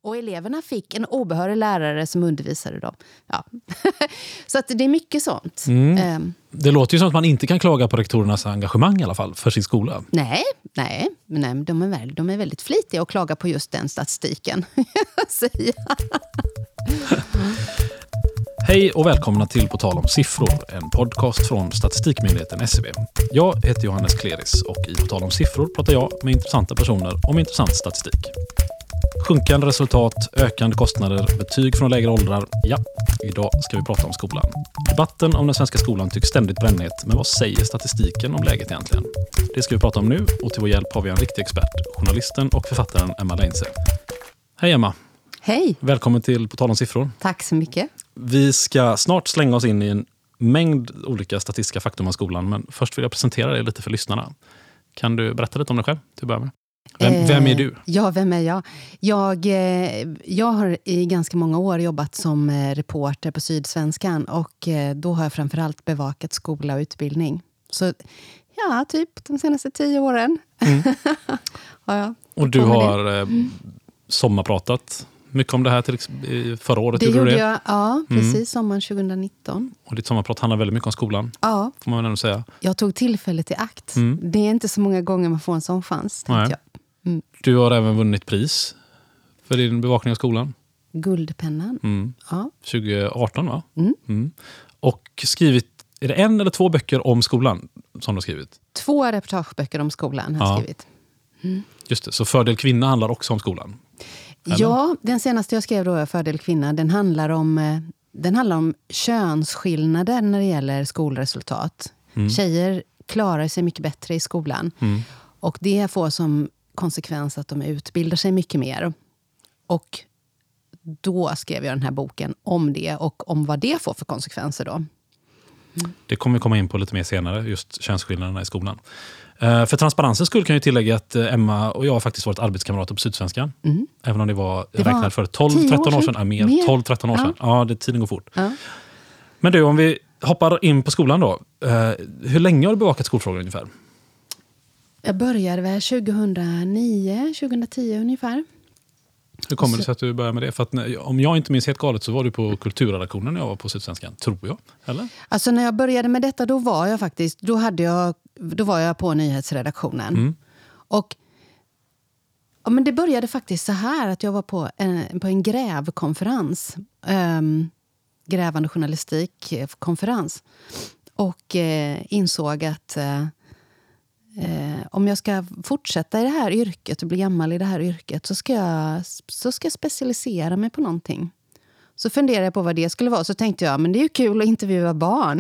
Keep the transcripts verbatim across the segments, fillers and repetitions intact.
Och eleverna fick en obehörig lärare som undervisade dem. Ja. Så att det är mycket sånt. Mm. Um, det låter ju som att man inte kan klaga på rektorernas engagemang i alla fall för sin skola. Nej, nej, nej de, är väl, de är väldigt flitiga och klagar på just den statistiken. Hej och välkomna till På tal om siffror, en podcast från Statistikmyndigheten S C B. Jag heter Johannes Kleris och i På tal om siffror pratar jag med intressanta personer om intressant statistik. Sjunkande resultat, ökande kostnader, betyg från lägre åldrar. Ja, idag ska vi prata om skolan. Debatten om den svenska skolan tycks ständigt brännhet, men vad säger statistiken om läget egentligen? Det ska vi prata om nu och till vår hjälp har vi en riktig expert, journalisten och författaren Emma Leinse. Hej Emma! Hej! Välkommen till På tal om siffror. Tack så mycket. Vi ska snart slänga oss in i en mängd olika statistiska faktum om skolan, men först vill jag presentera dig lite för lyssnarna. Kan du berätta lite om dig själv till att börja med? Vem, vem är du? Ja, vem är jag? jag? Jag har i ganska många år jobbat som reporter på Sydsvenskan och då har jag framförallt bevakat skola och utbildning. Så ja, typ de senaste tio åren. Mm. ja, och du har eh, sommarpratat mycket om det här till förra året. Det gjorde du det? jag, ja, precis, mm. sommaren tjugonitton. Och ditt sommarprat handlar väldigt mycket om skolan, ja. får man väl ändå säga. Jag tog tillfället i akt. Mm. Det är inte så många gånger man får en sån chans, tänkte jag. Mm. Du har även vunnit pris för din bevakning av skolan. Guldpennan. Mm. Ja. tjugo arton, va? Mm. Mm. Och skrivit, är det en eller två böcker om skolan som du har skrivit? Två reportageböcker om skolan har jag ja. skrivit. Mm. Just det, så Fördel kvinna handlar också om skolan? Eller? Ja, den senaste jag skrev då, Fördel kvinna, den handlar om, den handlar om könsskillnader när det gäller skolresultat. Mm. Tjejer klarar sig mycket bättre i skolan. Mm. Och det får som konsekvens att de utbildar sig mycket mer. Och då skrev jag den här boken om det och om vad det får för konsekvenser då. Mm. Det kommer vi komma in på lite mer senare, just könsskillnaderna i skolan. Uh, för transparensens skull kan jag tillägga att uh, Emma och jag har faktiskt varit arbetskamrater på Sydsvenskan. Mm. Även om det var, jag räknade för tolv tretton år sedan. Ja, mer, mer. tolv tretton år sedan. Ja, ja det, tiden går fort. Ja. Men du, om vi hoppar in på skolan då. Uh, hur länge har du bevakat skolfrågor ungefär? Jag började väl tjugohundranio, tjugohundratio ungefär. Hur kommer det sig att du började med det? För att när, om jag inte minns helt galet så var du på kulturredaktionen när jag var på Sydsvenskan, tror jag. Eller? Alltså när jag började med detta då var jag faktiskt, då, hade jag, då var jag på nyhetsredaktionen. Mm. Och ja, men det började faktiskt så här att jag var på en, på en grävkonferens. Um, grävande journalistikkonferens. Och eh, insåg att eh, Eh, om jag ska fortsätta i det här yrket och bli gammal i det här yrket så ska jag, så ska jag specialisera mig på någonting. Så funderade jag på vad det skulle vara. Så tänkte jag, men det är ju kul att intervjua barn.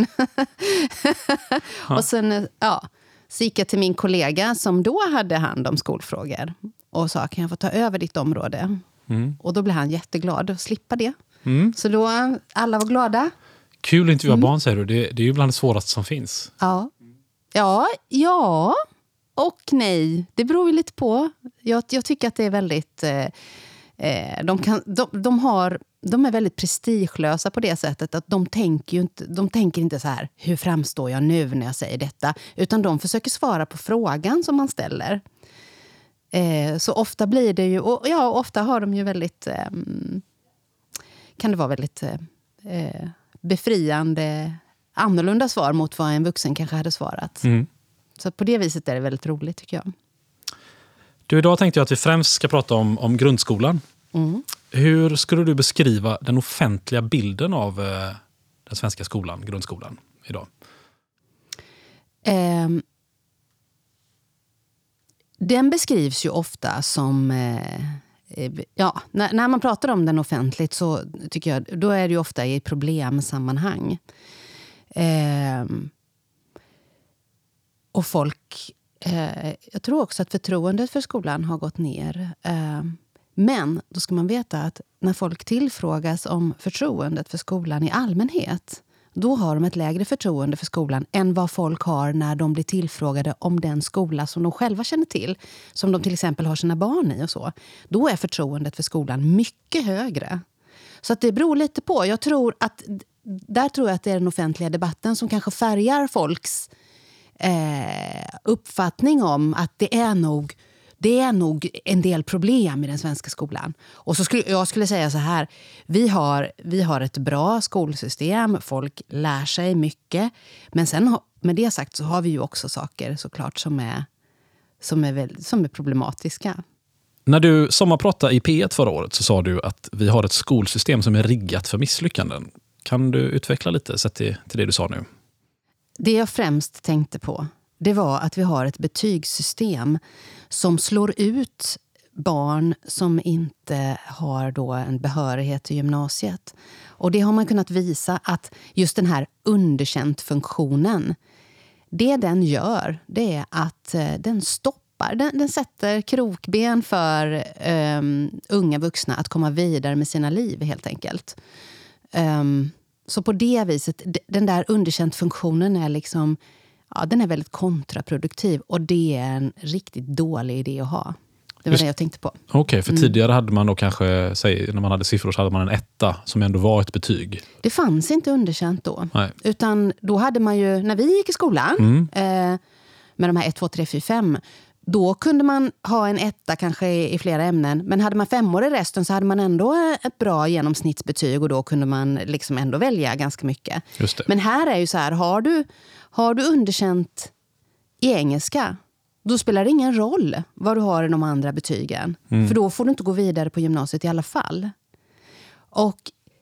och sen ja, så gick jag till min kollega som då hade hand om skolfrågor. Och sa, kan jag få ta över ditt område? Mm. Och då blev han jätteglad att slippa det. Mm. Så då, alla var glada. Kul att intervjua mm. barn, säger du. Det, det är ju bland det svåraste som finns. Ja. Ja, ja och nej. Det beror ju lite på. Jag, jag tycker att det är väldigt... Eh, de, kan, de, de, har, de är väldigt prestigelösa på det sättet att de tänker ju inte, de tänker inte så här, hur framstår jag nu när jag säger detta? Utan de försöker svara på frågan som man ställer. Eh, så ofta blir det ju... Och ja, ofta har de ju väldigt... Eh, kan det vara väldigt eh, befriande... annorlunda svar mot vad en vuxen kanske hade svarat. Mm. Så på det viset är det väldigt roligt, tycker jag. Du, idag tänkte jag att vi främst ska prata om, om grundskolan. Mm. Hur skulle du beskriva den offentliga bilden av eh, den svenska skolan, grundskolan, idag? Eh, den beskrivs ju ofta som... Eh, ja, när, när man pratar om den offentligt så tycker jag, då är det ju ofta i problemsammanhang. Eh, och folk eh, jag tror också att förtroendet för skolan har gått ner. Eh, men då ska man veta att när folk tillfrågas om förtroendet för skolan i allmänhet, då har de ett lägre förtroende för skolan än vad folk har när de blir tillfrågade om den skola som de själva känner till, som de till exempel har sina barn i och så. Då är förtroendet för skolan mycket högre. Så att det beror lite på. Jag tror att Där tror jag att det är den offentliga debatten som kanske färgar folks eh, uppfattning om att det är nog det är nog en del problem i den svenska skolan. Och så skulle jag skulle säga så här, vi har, vi har ett bra skolsystem, folk lär sig mycket. Men sen med det sagt så har vi ju också saker såklart som är, som är, väl, som är problematiska. När du sommarpratade i P ett förra året så sa du att vi har ett skolsystem som är riggat för misslyckanden. Kan du utveckla lite sett till, till det du sa nu? Det jag främst tänkte på, det var att vi har ett betygssystem som slår ut barn som inte har då en behörighet till gymnasiet. Och det har man kunnat visa att just den här underkänt-funktionen, det den gör, det är att den stoppar, den, den sätter krokben för um, unga vuxna att komma vidare med sina liv helt enkelt. Um, så på det viset, den där underkänt-funktionen är liksom, ja, den är väldigt kontraproduktiv och det är en riktigt dålig idé att ha. Det var Just, det jag tänkte på. Okej, okay, för mm. tidigare hade man då kanske, säg, när man hade siffror så hade man en etta som ändå var ett betyg. Det fanns inte underkänt då. Nej. Utan då hade man ju, när vi gick i skolan mm. eh, med de här ett, två, tre, fyra, fem, då kunde man ha en etta kanske i, i flera ämnen. Men hade man fem år i resten så hade man ändå ett bra genomsnittsbetyg och då kunde man liksom ändå välja ganska mycket. Just det. Men här är ju så här, har du, har du underkänt i engelska, då spelar det ingen roll vad du har i de andra betygen. Mm. För då får du inte gå vidare på gymnasiet i alla fall. Och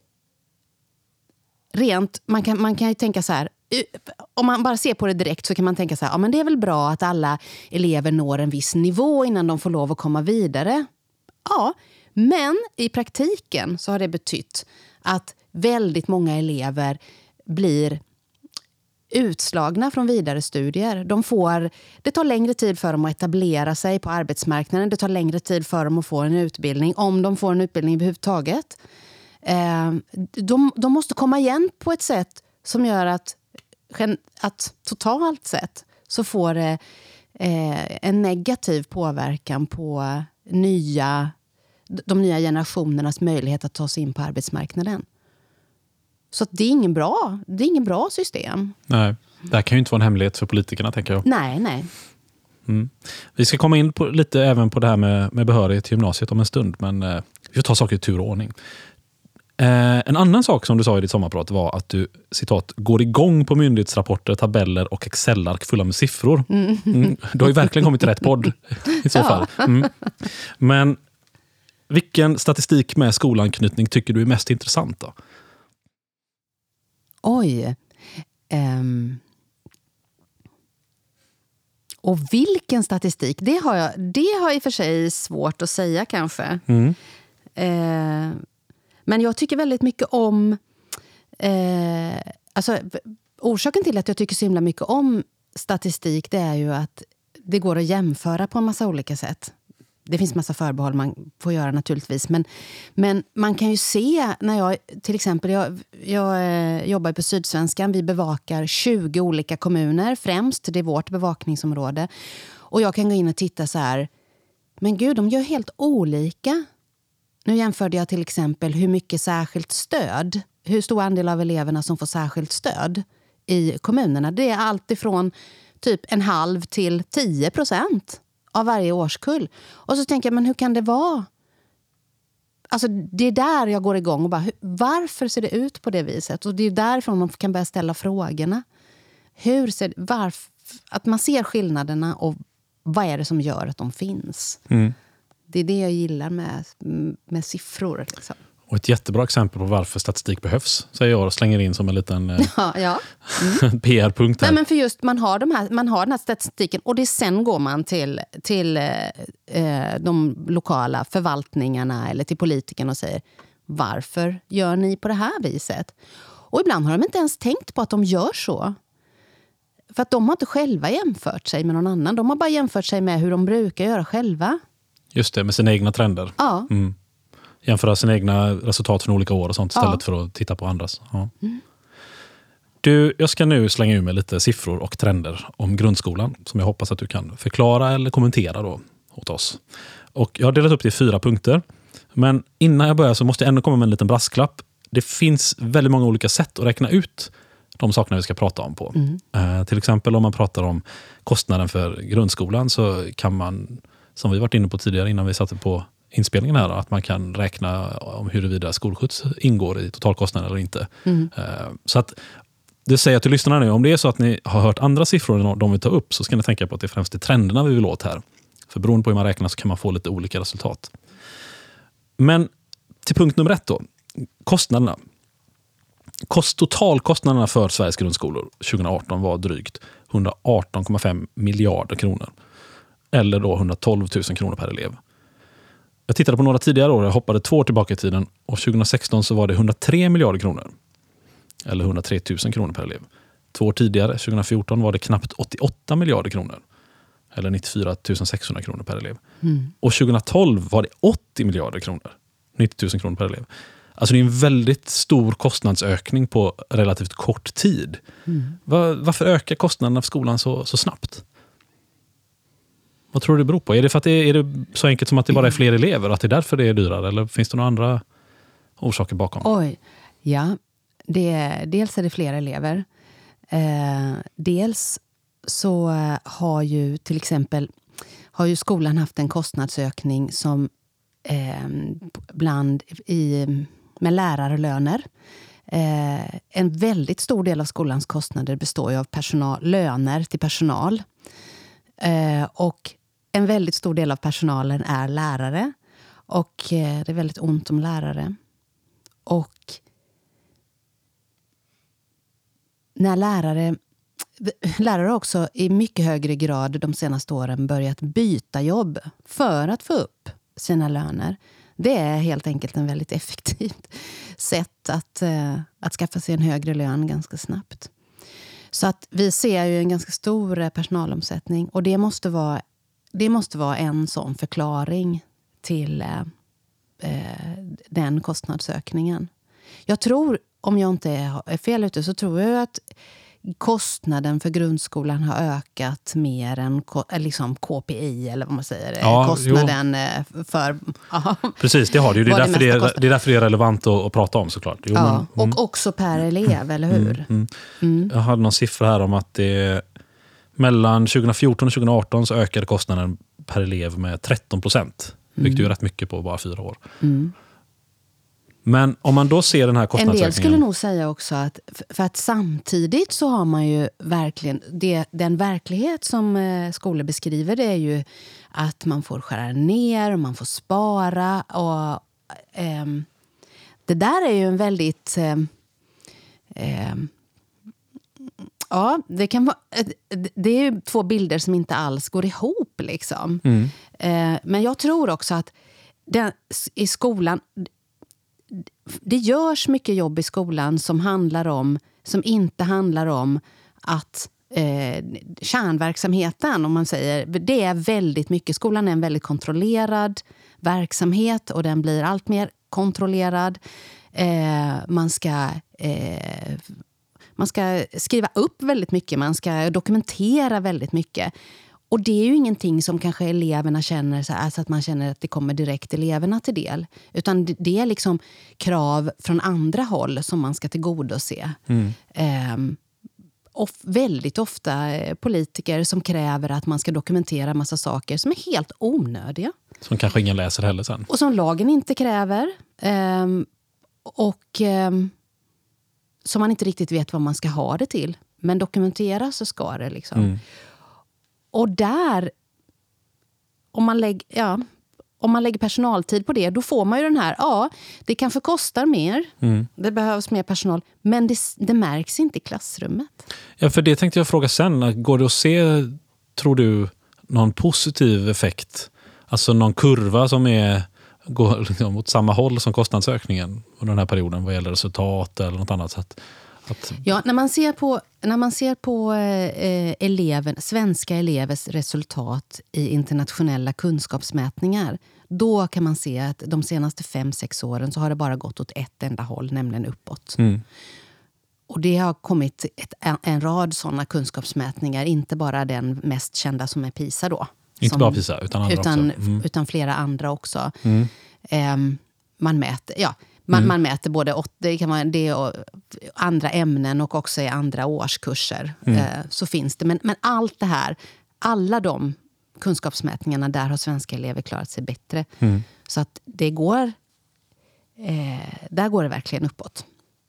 rent, man kan, man kan ju tänka så här, om man bara ser på det direkt så kan man tänka så här, ja men det är väl bra att alla elever når en viss nivå innan de får lov att komma vidare. Ja, men i praktiken så har det betytt att väldigt många elever blir utslagna från vidare studier. De får, det tar längre tid för dem att etablera sig på arbetsmarknaden. Det tar längre tid för dem att få en utbildning, om de får en utbildning överhuvudtaget. Eh, de, de måste komma igen på ett sätt som gör att, att totalt sett så får det eh, en negativ påverkan på nya, de nya generationernas möjlighet att ta sig in på arbetsmarknaden. Så att det är ingen bra, det är ingen bra system. Nej, det här kan ju inte vara en hemlighet för politikerna, tänker jag. Nej, nej. Mm. Vi ska komma in på, lite även på det här med, med behörighet till gymnasiet om en stund, men eh, vi får ta saker i tur och ordning. Eh, en annan sak som du sa i ditt sommarprat var att du, citat, går igång på myndighetsrapporter, tabeller och Excel-ark fulla med siffror. Mm. Mm. Du har ju verkligen kommit till rätt podd i så fall. Mm. Men vilken statistik med skolanknytning tycker du är mest intressant då? Oj. Um. Och vilken statistik? Det har jag, det har i och för sig svårt att säga kanske. Mm. Uh, men jag tycker väldigt mycket om... Uh, alltså, orsaken till att jag tycker så himla mycket om statistik, det är ju att det går att jämföra på en massa olika sätt. Det finns massa förbehåll man får göra naturligtvis. Men, men man kan ju se när jag, till exempel, jag, jag eh, jobbar på Sydsvenskan. Vi bevakar tjugo olika kommuner främst. Det är vårt bevakningsområde. Och jag kan gå in och titta så här. Men gud, de gör helt olika. Nu jämförde jag till exempel hur mycket särskilt stöd. Hur stor andel av eleverna som får särskilt stöd i kommunerna. Det är allt ifrån typ en halv till tio procent. Av varje årskull. Och så tänker jag, men hur kan det vara? Alltså det är där jag går igång och bara, hur, varför ser det ut på det viset? Och det är därifrån man kan börja ställa frågorna. Hur ser det, varför, att man ser skillnaderna och vad är det som gör att de finns? Mm. Det är det jag gillar med, med siffror liksom. Och ett jättebra exempel på varför statistik behövs, säger jag och slänger in som en liten eh, ja, ja. Mm. P R-punkt här. Nej, men för just man har, de här, man har den här statistiken och det sen går man till, till eh, de lokala förvaltningarna eller till politikerna och säger, varför gör ni på det här viset? Och ibland har de inte ens tänkt på att de gör så. För att de har inte själva jämfört sig med någon annan. De har bara jämfört sig med hur de brukar göra själva. Just det, med sina egna trender. Ja. Mm. Jämföra sina egna resultat från olika år och sånt istället ja. för att titta på andras. Ja. Mm. Du, jag ska nu slänga ur med lite siffror och trender om grundskolan som jag hoppas att du kan förklara eller kommentera då åt oss. Och jag har delat upp det i fyra punkter. Men innan jag börjar så måste jag ändå komma med en liten brasklapp. Det finns väldigt många olika sätt att räkna ut de sakerna vi ska prata om på. Mm. Uh, till exempel om man pratar om kostnaden för grundskolan så kan man som vi varit inne på tidigare innan vi satte på inspelningen här, att man kan räkna om huruvida skolskjuts ingår i totalkostnaden eller inte. Mm. Så att det säger jag till lyssnarna nu, om det är så att ni har hört andra siffror än de vi tar upp, så ska ni tänka på att det är främst är trenderna vi vill åt här. För beroende på hur man räknar så kan man få lite olika resultat. Men till punkt nummer ett då, kostnaderna. Kost, totalkostnaderna för Sveriges grundskolor tjugo arton var drygt hundraarton komma fem miljarder kronor. Eller då hundratolv tusen kronor per elev. Jag tittade på några tidigare år, jag hoppade två år tillbaka i tiden, och tjugo sexton så var det hundratre miljarder kronor. Eller hundratre tusen kronor per elev. Två år tidigare, tjugo fjorton, var det knappt åttioåtta miljarder kronor. Eller nittiofyra tusen sexhundra kronor per elev. Mm. Och tjugo tolv var det åttio miljarder kronor. nittio tusen kronor per elev. Alltså det är en väldigt stor kostnadsökning på relativt kort tid. Mm. Var, varför ökar kostnaderna för skolan så, så snabbt? Vad tror du det beror på? Är det för att det är, är det så enkelt som att det bara är fler elever? Att det är därför det är dyrare? Eller finns det några andra orsaker bakom? Oj, ja. Det, dels är det fler elever. Eh, dels så har ju till exempel har ju skolan haft en kostnadsökning som eh, bland i, med lärarlöner. Eh, en väldigt stor del av skolans kostnader består ju av personal, löner till personal. Eh, och en väldigt stor del av personalen är lärare. Och eh, det är väldigt ont om lärare. Och när lärare lärare har också i mycket högre grad de senaste åren börjat byta jobb för att få upp sina löner. Det är helt enkelt en väldigt effektivt sätt att, att skaffa sig en högre lön ganska snabbt. Så att vi ser ju en ganska stor personalomsättning, och det måste vara, det måste vara en sån förklaring till eh, den kostnadsökningen. Jag tror, om jag inte är fel ute, så tror jag att kostnaden för grundskolan har ökat mer än liksom K P I, eller vad man säger. Ja, kostnaden jo. för... Aha. Precis, det har det ju. Det är, därför det, är, det är därför det är relevant att, att prata om, såklart. Jo, ja, men, mm. Och också per elev, mm. eller hur? Mm. Mm. Mm. Jag hade någon siffra här om att det mellan tjugo fjorton och tjugo arton så ökade kostnaden per elev med tretton procent. Vilket mm. ju är rätt mycket på bara fyra år. Mm. Men om man då ser den här kostnadsökningen... En del skulle nog säga också att, för att samtidigt så har man ju verkligen, det, den verklighet som eh, skolor beskriver, det är ju att man får skära ner och man får spara. Och eh, det där är ju en väldigt... Eh, eh, ja, det kan vara... Det är ju två bilder som inte alls går ihop liksom. Mm. Eh, men jag tror också att den, i skolan... Det görs mycket jobb i skolan som handlar om, som inte handlar om att eh, kärnverksamheten, om man säger, det är väldigt mycket. Skolan är en väldigt kontrollerad verksamhet, och den blir allt mer kontrollerad. Eh, man ska eh, man ska skriva upp väldigt mycket, man ska dokumentera väldigt mycket. Och det är ju ingenting som kanske eleverna känner så, här, så att man känner att det kommer direkt eleverna till del. Utan det är liksom krav från andra håll som man ska tillgodose. Mm. Ehm, och väldigt ofta politiker som kräver att man ska dokumentera en massa saker som är helt onödiga. Som kanske ingen läser heller sen. Och som lagen inte kräver. Ehm, och ehm, som man inte riktigt vet vad man ska ha det till. Men dokumentera så ska det liksom. Mm. Och där, om man, lägger, ja, om man lägger personaltid på det, då får man ju den här, ja, det kanske kostar mer, mm. det behövs mer personal, men det, det märks inte i klassrummet. Ja, för det tänkte jag fråga sen. Går det att se, tror du, någon positiv effekt? Alltså någon kurva som är, går liksom åt samma håll som kostnadsökningen under den här perioden vad gäller resultat eller något annat sätt? Att... Ja, när man ser på, när man ser på eh, eleven, svenska elevers resultat i internationella kunskapsmätningar, då kan man se att de senaste fem, sex åren så har det bara gått åt ett enda håll, nämligen uppåt. Mm. Och det har kommit ett, en, en rad sådana kunskapsmätningar, inte bara den mest kända som är PISA då. Inte som, bara PISA, utan andra utan, också. Mm. Utan flera andra också. Mm. Eh, man mäter, ja... Man, mm. man mäter både åt, det kan man, det och andra ämnen och också i andra årskurser. Mm. Eh, så finns det. Men, men allt det här, alla de kunskapsmätningarna, där har svenska elever klarat sig bättre. Mm. Så att det går, eh, där går det verkligen uppåt.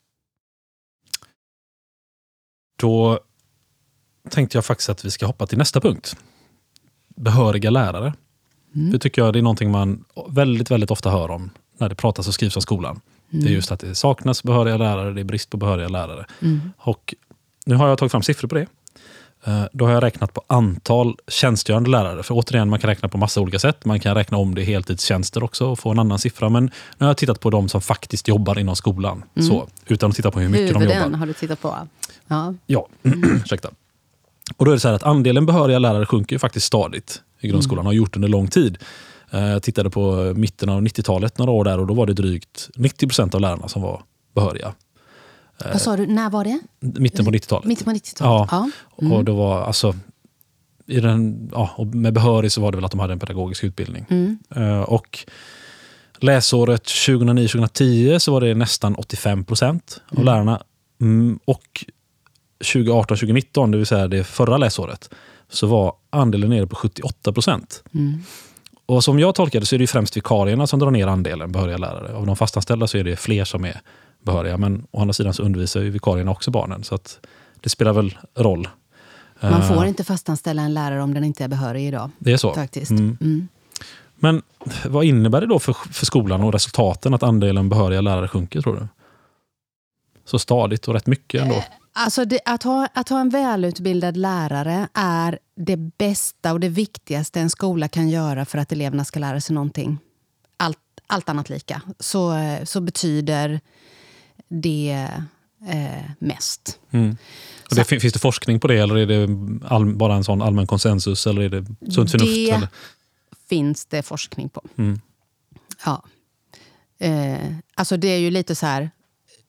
Då tänkte jag faktiskt att vi ska hoppa till nästa punkt. Behöriga lärare. Mm. Det tycker jag det är någonting man väldigt, väldigt ofta hör om när det pratas och skrivs om skolan. Mm. Det är just att det saknas behöriga lärare, det är brist på behöriga lärare. Mm. Och nu har jag tagit fram siffror på det. Då har jag räknat på antal tjänstgörande lärare. För återigen, man kan räkna på massa olika sätt. Man kan räkna om det i heltidstjänster också och få en annan siffra. Men nu har jag tittat på de som faktiskt jobbar inom skolan. Mm. Så, utan att titta på hur mycket Huvuden de jobbar. har du tittat på? Ja, ja. ursäkta. Och då är det så här att andelen behöriga lärare sjunker ju faktiskt stadigt i grundskolan. Mm. Har gjort under lång tid. Jag tittade på mitten av nittiotalet några år där och då var det drygt nittio procent av lärarna som var behöriga. Vad sa du? När var det? Mitten på nittiotalet. Mitten på nittiotalet, ja. ja. Mm. Och då var alltså i den, ja, och med behörig så var det väl att de hade en pedagogisk utbildning. Mm. Uh, och läsåret tjugohundranio tjugohundratio så var det nästan åttiofem procent av mm. lärarna. Mm, och tjugoarton tjugonitton, det vill säga det förra läsåret, så var andelen nere på sjuttioåtta procent. Mm. Och som jag tolkade så är det främst vikarierna som drar ner andelen behöriga lärare. Av de fastanställda så är det fler som är behöriga, men å andra sidan så undervisar ju vikarierna också barnen, så att det spelar väl roll. Man får uh, inte fastanställa en lärare om den inte är behörig idag. Det är så. Faktiskt. Mm. Mm. Men vad innebär det då för, för skolan och resultaten att andelen behöriga lärare sjunker, tror du? Så stadigt och rätt mycket ändå. Alltså det, att, ha, att ha en välutbildad lärare är det bästa och det viktigaste en skola kan göra för att eleverna ska lära sig någonting. Allt, allt annat lika. Så, så betyder det eh, mest. Mm. Och det, så, finns det forskning på det, eller är det all, bara en sån allmän konsensus, eller är det sunt förnuft? Det eller? Finns det forskning på. Mm. Ja. Eh, alltså det är ju lite så här,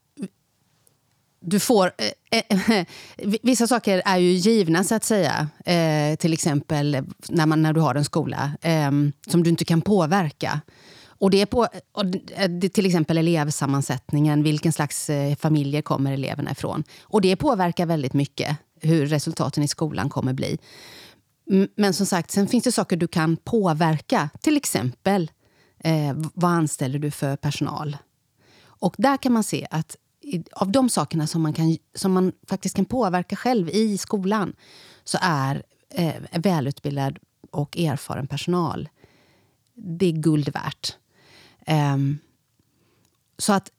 du får eh, eh, vissa saker är ju givna så att säga, eh, till exempel när, man, när du har en skola eh, som du inte kan påverka. Och det är på och det, till exempel elevsammansättningen, vilken slags eh, familjer kommer eleverna ifrån. Och det påverkar väldigt mycket hur resultaten i skolan kommer bli. Men som sagt, sen finns det saker du kan påverka. Till exempel, eh, vad anställer du för personal? Och där kan man se att i, av de sakerna som man, kan, som man faktiskt kan påverka själv i skolan, så är eh, välutbildad och erfaren personal, det är guld värt. Um, så att,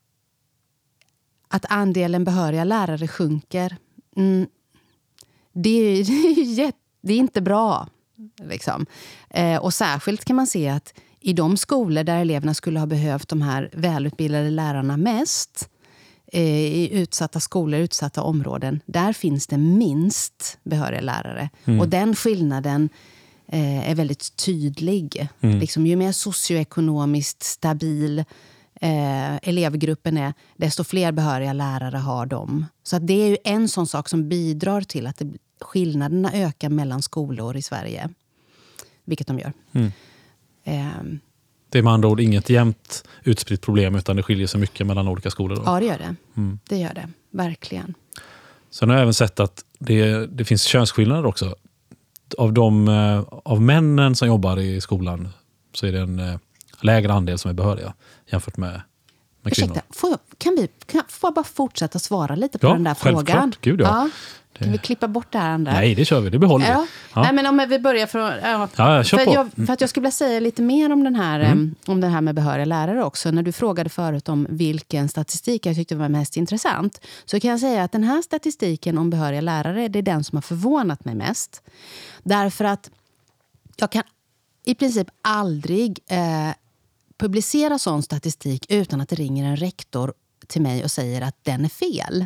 att andelen behöriga lärare sjunker, mm, det, är, det, är jätte, det är inte bra. Liksom. Eh, och särskilt kan man se att i de skolor där eleverna skulle ha behövt de här välutbildade lärarna mest, eh, i utsatta skolor, utsatta områden, där finns det minst behöriga lärare. Mm. Och den skillnaden är väldigt tydlig. Mm. Liksom, ju mer socioekonomiskt stabil eh, elevgruppen är, desto fler behöriga lärare har de. Så att det är ju en sån sak som bidrar till att det, skillnaderna ökar mellan skolor i Sverige. Vilket de gör. Mm. Eh, det är med andra ord inget jämnt utspritt problem, utan det skiljer sig mycket mellan olika skolor. Då. Ja, det gör det. Mm. Det gör det. Verkligen. Sen har jag även sett att det, det finns könsskillnader också. Av de av männen som jobbar i skolan så är det en lägre andel som är behöriga jämfört med, med kvinnor. Ursäkta, får jag, kan vi kan, får jag bara fortsätta svara lite på ja, den där frågan? Gud, ja. Ja. Kan vi klippa bort det här andra? Nej, det kör vi. Det behåller ja. vi. Ja. Nej, men om vi börjar från... Ja, ja, kör för, på. jag, för att jag skulle vilja säga lite mer om den här, mm. om den här med behöriga lärare också. När du frågade förut om vilken statistik jag tyckte var mest intressant, så kan jag säga att den här statistiken om behöriga lärare, det är den som har förvånat mig mest. Därför att jag kan i princip aldrig eh, publicera sån statistik utan att det ringer en rektor till mig och säger att den är fel.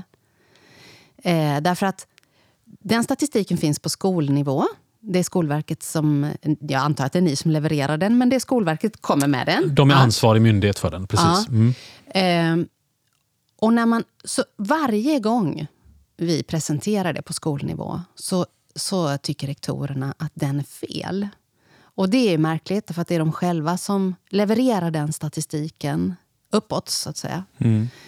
Eh, därför att den statistiken finns på skolnivå. Det är Skolverket som, jag antar att det är ni som levererar den, men det är Skolverket kommer med den. De är ansvarig myndighet för den, precis. Ja. Mm. Eh, och när man, så varje gång vi presenterar det på skolnivå så, så tycker rektorerna att den är fel. Och det är märkligt, för att det är de själva som levererar den statistiken uppåt, så att säga. Mm.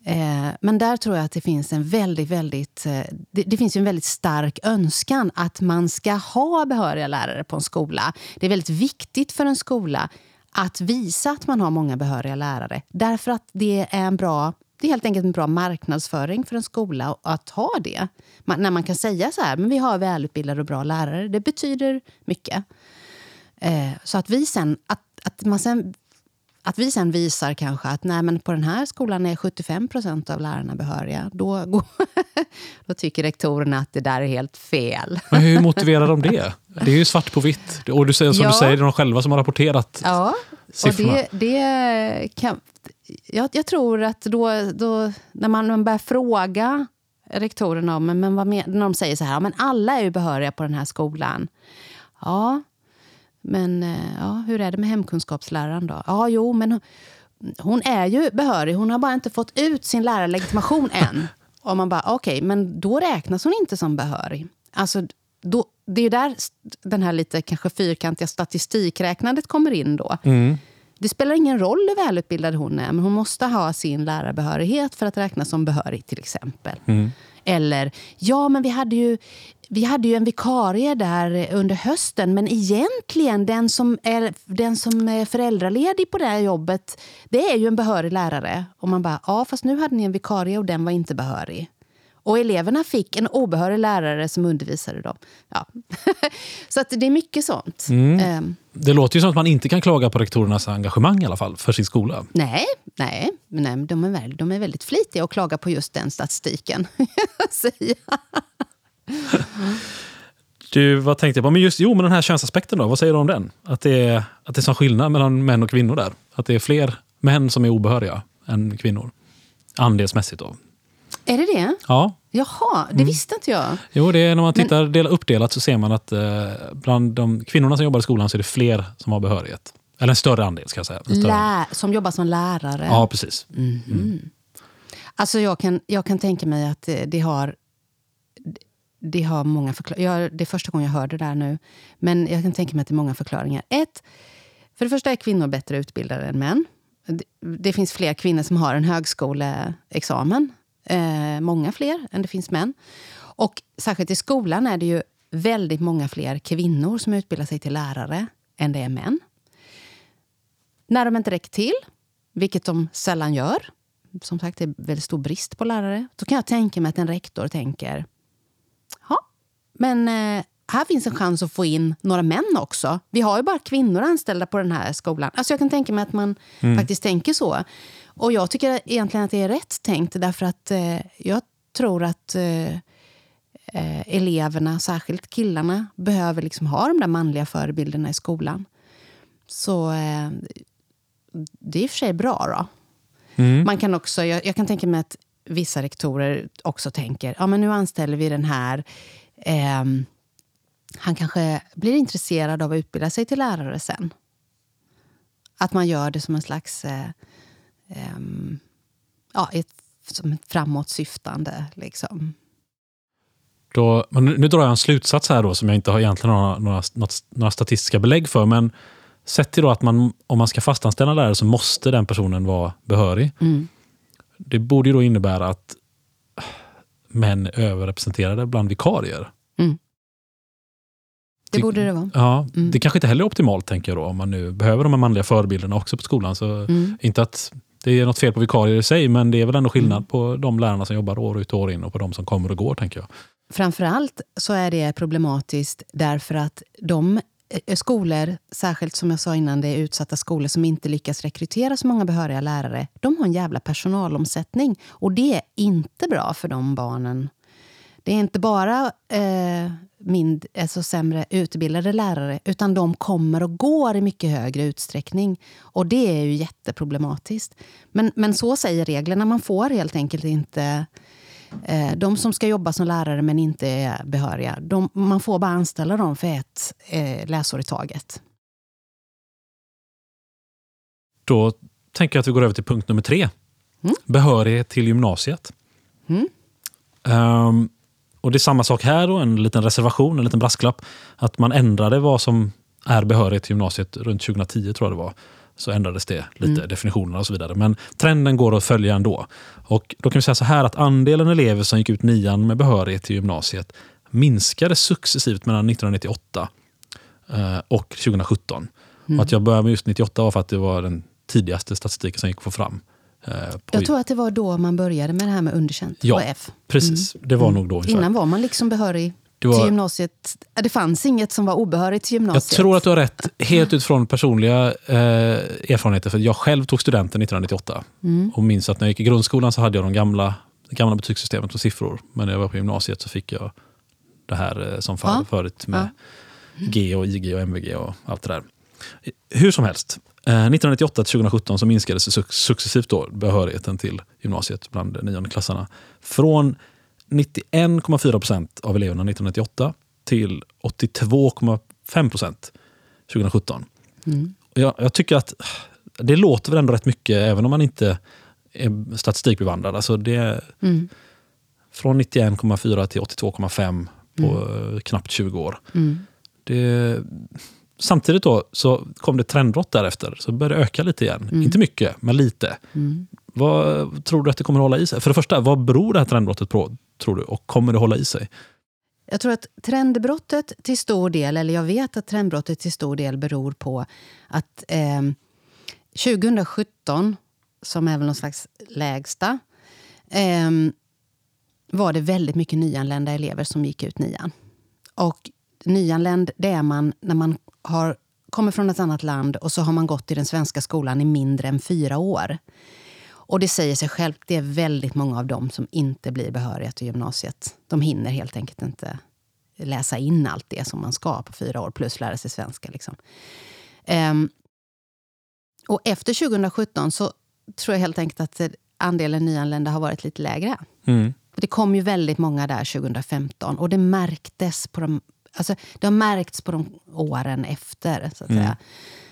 Eh, men där tror jag att det finns en väldigt, väldigt... Eh, det, det finns ju en väldigt stark önskan att man ska ha behöriga lärare på en skola. Det är väldigt viktigt för en skola att visa att man har många behöriga lärare. Därför att det är en bra... Det är helt enkelt en bra marknadsföring för en skola att ha det. Man, när man kan säga så här, men vi har välutbildade och bra lärare. Det betyder mycket. Eh, så att vi sen... Att, att man sen Att vi sen visar kanske att nej, men på den här skolan är sjuttiofem procent av lärarna behöriga. Då, går, då tycker rektorerna att det där är helt fel. Men hur motiverar de det? Det är ju svart på vitt. Och du säger, som ja. du säger, det är de själva som har rapporterat ja, siffrorna. Och det, det kan, jag, jag tror att då, då när man börjar fråga rektorerna om, men vad med, när de säger så här, men alla är ju behöriga på den här skolan. Ja, men ja, hur är det med hemkunskapsläraren då? Ja, jo, men hon, hon är ju behörig. Hon har bara inte fått ut sin lärarlegitimation än. Och man bara, okej, okay, men då räknas hon inte som behörig. Alltså, då, det är ju där den här lite kanske fyrkantiga statistikräknandet kommer in då. Mm. Det spelar ingen roll hur välutbildad hon är, men hon måste ha sin lärarbehörighet för att räknas som behörig till exempel. Mm. Eller, ja men vi hade ju vi hade ju en vikarie där under hösten, men egentligen den som är, den som är föräldraledig på det här jobbet, det är ju en behörig lärare. Och man bara, ja fast nu hade ni en vikarie och den var inte behörig. Och eleverna fick en obehörig lärare som undervisade dem. Ja. Så att det är mycket sånt. Mm. Um, det låter ju som att man inte kan klaga på rektorernas engagemang i alla fall för sin skola. Nej, nej, nej de, är väl, de är väldigt flitiga att klaga på just den statistiken. Du, vad tänkte jag på? Men just, jo, men den här könsaspekten då, vad säger du om den? Att det är, att det är sån skillnad mellan män och kvinnor där. Att det är fler män som är obehöriga än kvinnor. Andelsmässigt då. Är det det? Ja. Jaha, det mm. visste inte jag. Jo, det är när man tittar men... del, uppdelat så ser man att eh, bland de kvinnorna som jobbar i skolan så är det fler som har behörighet. Eller en större andel ska jag säga. Lä- som jobbar som lärare? Ja, precis. Mm. Mm. Alltså jag kan, jag kan tänka mig att det har, det har många förklaringar. Det är första gången jag hör det där nu. Men jag kan tänka mig att det är många förklaringar. Ett, för det första är kvinnor bättre utbildade än män. Det, det finns fler kvinnor som har en högskoleexamen. Eh, många fler än det finns män. Och särskilt i skolan är det ju väldigt många fler kvinnor som utbildar sig till lärare än det är män. När de inte räcker till, vilket de sällan gör, som sagt det är väldigt stor brist på lärare, så kan jag tänka mig att en rektor tänker, ja, men eh, här finns en chans att få in några män också. Vi har ju bara kvinnor anställda på den här skolan. Alltså jag kan tänka mig att man mm. faktiskt tänker så. Och jag tycker egentligen att det är rätt tänkt, därför att eh, jag tror att eh, eleverna, särskilt killarna, behöver liksom ha de där manliga förebilderna i skolan. Så eh, det är i och för sig bra då. Mm. Man kan också, jag, jag kan tänka mig att vissa rektorer också tänker, ja men nu anställer vi den här, eh, han kanske blir intresserad av att utbilda sig till lärare sen. Att man gör det som en slags eh, Um, ja, ett, som ett framåtsyftande liksom. Då, men nu, nu drar jag en slutsats här då som jag inte har egentligen några, några, några statistiska belägg för, men sett till då att man, om man ska fastanställa lärare så måste den personen vara behörig. Mm. Det borde ju då innebära att män är överrepresenterade bland vikarier. Mm. Det, det borde det vara. Ja, mm. Det kanske inte heller är optimalt, tänker jag då, om man nu behöver de här manliga förebilderna också på skolan. Så mm. inte att det är något fel på vikarier i sig, men det är väl ändå skillnad mm. på de lärarna som jobbar år ut och år in och på de som kommer och går, tänker jag. Framförallt så är det problematiskt därför att de skolor, särskilt som jag sa innan, det är utsatta skolor som inte lyckas rekrytera så många behöriga lärare, de har en jävla personalomsättning och det är inte bra för de barnen. Det är inte bara eh, mind, alltså sämre utbildade lärare, utan de kommer och går i mycket högre utsträckning. Och det är ju jätteproblematiskt. Men, men så säger reglerna, man får helt enkelt inte... Eh, de som ska jobba som lärare men inte är behöriga, de, man får bara anställa dem för ett eh, läsår i taget. Då tänker jag att vi går över till punkt nummer tre. Mm. Behörighet till gymnasiet. Mm. Um, Och det är samma sak här då, en liten reservation, en liten brasklapp. Att man ändrade vad som är behörighet till gymnasiet runt tjugohundratio tror jag det var. Så ändrades det lite, mm. definitionerna och så vidare. Men trenden går att följa ändå. Och då kan vi säga så här att andelen elever som gick ut nian med behörighet till gymnasiet minskade successivt mellan nittonhundranittioåtta och tjugosjutton. Mm. Och att jag började med just nittioåtta var för att det var den tidigaste statistiken som gick att få fram. Jag tror att det var då man började med det här med underkänt. Ja, H F. precis. Det var mm. nog då ungefär. Innan var man liksom behörig det var... till gymnasiet. Det fanns inget som var obehörigt till gymnasiet. Jag tror att du har rätt helt utifrån personliga eh, erfarenheter. För jag själv tog studenten nittonhundranittioåtta. Mm. Och minns att när jag gick i grundskolan så hade jag de gamla, gamla betygssystemet på siffror. Men när jag var på gymnasiet så fick jag det här eh, som fall ja. förut med ja. G och I G och M V G och allt det där. Hur som helst. nittonhundranittioåtta till tjugosjutton så minskades successivt då behörigheten till gymnasiet bland nionde klassarna. Från nittioen komma fyra procent av eleverna nittonhundranittioåtta till åttiotvå komma fem procent tjugosjutton. Mm. Jag, jag tycker att det låter väl ändå rätt mycket även om man inte är statistikbevandrad. Alltså det mm. från nittioen komma fyra till åttiotvå komma fem på mm. knappt tjugo år. Mm. Det... Samtidigt då så kom det trendbrott därefter. Så började det öka lite igen. Mm. Inte mycket, men lite. Mm. Vad tror du att det kommer att hålla i sig? För det första, vad beror det här trendbrottet på, tror du? Och kommer det hålla i sig? Jag tror att trendbrottet till stor del, eller jag vet att trendbrottet till stor del beror på att eh, tjugosjutton, som är väl någon slags lägsta, eh, var det väldigt mycket nyanlända elever som gick ut nian. Och nyanländ, det är man när man har kommer från ett annat land och så har man gått i den svenska skolan i mindre än fyra år. Och det säger sig självt, det är väldigt många av dem som inte blir behöriga till gymnasiet. De hinner helt enkelt inte läsa in allt det som man ska på fyra år plus lära sig svenska. Liksom. Um, och efter tjugosjutton så tror jag helt enkelt att andelen nyanlända har varit lite lägre. Mm. Det kom ju väldigt många där tjugofemton och det märktes på de Alltså, det har märkts på de åren efter, så att mm. säga.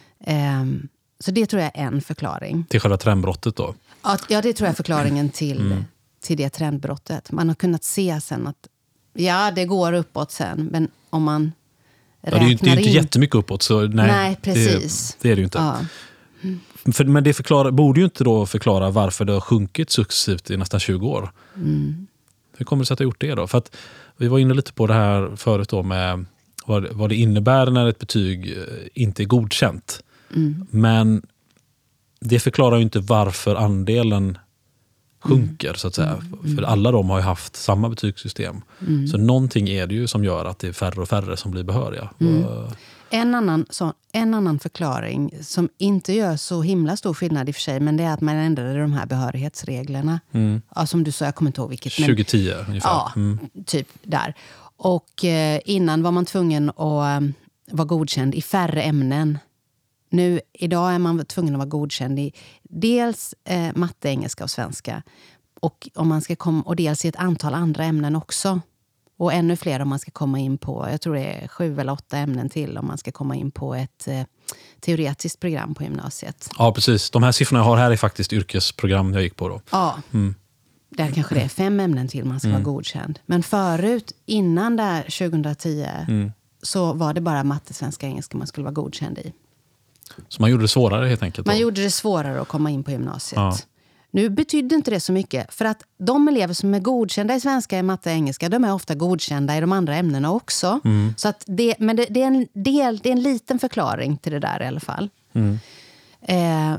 Um, så det tror jag är en förklaring. Till själva trendbrottet då? Ja, ja det tror jag är förklaringen till, mm. till det trendbrottet. Man har kunnat se sen att ja, det går uppåt sen. Men om man ja, räknar in... Det är ju inte in... jättemycket uppåt, så nej. Nej, precis. Det, det är det ju inte. Ja. Mm. För, men det förklara, borde ju inte då förklara varför det har sjunkit successivt i nästan tjugo år. Mm. Hur kommer det sig att det har gjort det då? För att vi var inne lite på det här förut då med vad, vad det innebär när ett betyg inte är godkänt. Mm. Men det förklarar ju inte varför andelen sjunker mm. så att säga. Mm. För alla de har ju haft samma betygssystem. Mm. Så någonting är det ju som gör att det är färre och färre som blir behöriga. Mm. En annan, så, en annan förklaring som inte gör så himla stor skillnad i och för sig, men det är att man ändrade de här behörighetsreglerna. Mm. Ja, som du sa, jag kommer inte ihåg vilket. Men, tjugohundratio ungefär. Ja, mm. typ där. Och eh, innan var man tvungen att um, vara godkänd i färre ämnen. Nu, idag är man tvungen att vara godkänd i dels eh, matte, engelska och svenska. Och, om man ska komma, och dels i ett antal andra ämnen också. Och ännu fler om man ska komma in på, jag tror det är sju eller åtta ämnen till om man ska komma in på ett eh, teoretiskt program på gymnasiet. Ja, precis. De här siffrorna jag har här är faktiskt yrkesprogram jag gick på då. Ja, mm. där kanske det är fem ämnen till man ska mm. vara godkänd. Men förut, innan där tjugohundratio, mm. så var det bara matte, svenska, engelska man skulle vara godkänd i. Så man gjorde det svårare helt enkelt? Man då? gjorde det svårare att komma in på gymnasiet. Ja. Nu betyder inte det så mycket. För att de elever som är godkända i svenska, i matte och engelska, de är ofta godkända i de andra ämnena också. Mm. Så att det, men det, det, är en del, det är en liten förklaring till det där i alla fall. Mm. Eh,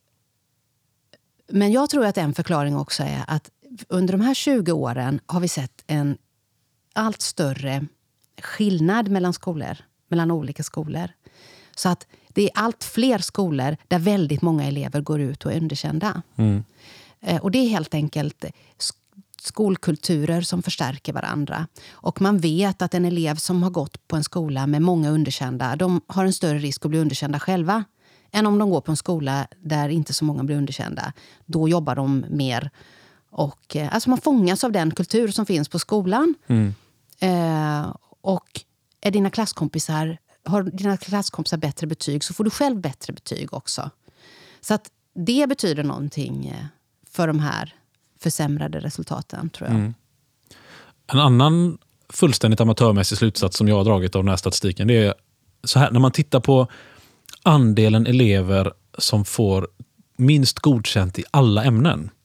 men jag tror att en förklaring också är att under de här tjugo åren har vi sett en allt större skillnad mellan skolor. Mellan olika skolor. Så att det är allt fler skolor där väldigt många elever går ut och är underkända. Mm. Eh, och det är helt enkelt skolkulturer som förstärker varandra. Och man vet att en elev som har gått på en skola med många underkända, de har en större risk att bli underkända själva än om de går på en skola där inte så många blir underkända. Då jobbar de mer. Och, eh, alltså man fångas av den kultur som finns på skolan. Mm. Eh, och är dina klasskompisar har dina klasskompisar bättre betyg så får du själv bättre betyg också. Så att det betyder någonting för de här försämrade resultaten, tror jag. Mm. En annan fullständigt amatörmässig slutsats som jag har dragit av den här statistiken, det är så här, när man tittar på andelen elever som får minst godkänt i alla ämnen.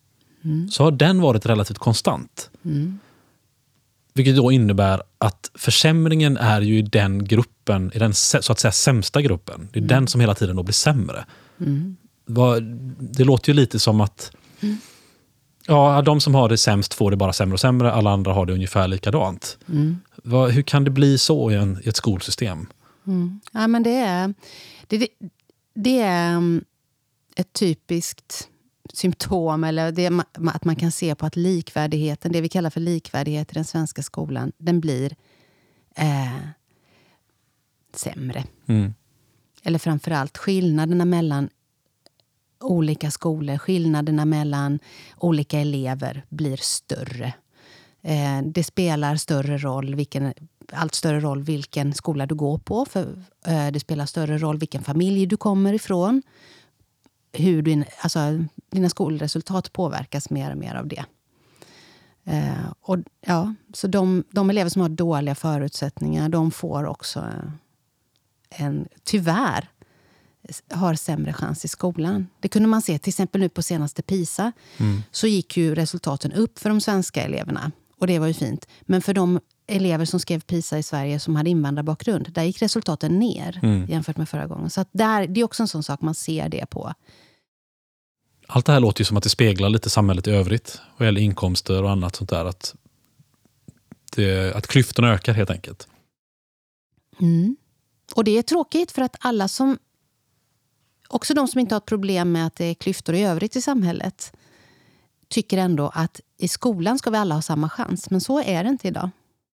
mm. så har den varit relativt konstant. Mm. Vilket då innebär att försämringen är ju i den gruppen, i den så att säga sämsta gruppen. Det är mm. den som hela tiden då blir sämre. Mm. Det låter ju lite som att mm. ja, de som har det sämst får det bara sämre och sämre. Alla andra har det ungefär likadant. Mm. Vad, hur kan det bli så i, en, i ett skolsystem? Mm. Ja, men det är, det, det, det är ett typiskt symptom, eller det är att man kan se på att likvärdigheten, det vi kallar för likvärdighet i den svenska skolan, den blir eh, sämre. Mm. Eller framförallt skillnaderna mellan olika skolor, skillnaderna mellan olika elever blir större. Eh, det spelar större roll vilken, allt större roll vilken skola du går på. För, eh, det spelar större roll vilken familj du kommer ifrån. Hur du, alltså, dina skolresultat påverkas mer och mer av det. Eh, och, ja, så de, de elever som har dåliga förutsättningar, de får också en, tyvärr, har sämre chans i skolan. Det kunde man se till exempel nu på senaste PISA. Mm. Så gick ju resultaten upp för de svenska eleverna. Och det var ju fint. Men för de elever som skrev PISA i Sverige som hade invandrarbakgrund, där gick resultaten ner mm. jämfört med förra gången. Så att där, det är också en sån sak man ser det på. Allt det här låter ju som att det speglar lite samhället i övrigt. Vad gäller inkomster och annat sånt där. Att, det, att klyftorna ökar helt enkelt. Mm. Och det är tråkigt för att alla som, också de som inte har ett problem med att det är klyftor i övrigt i samhället, tycker ändå att i skolan ska vi alla ha samma chans. Men så är det inte idag.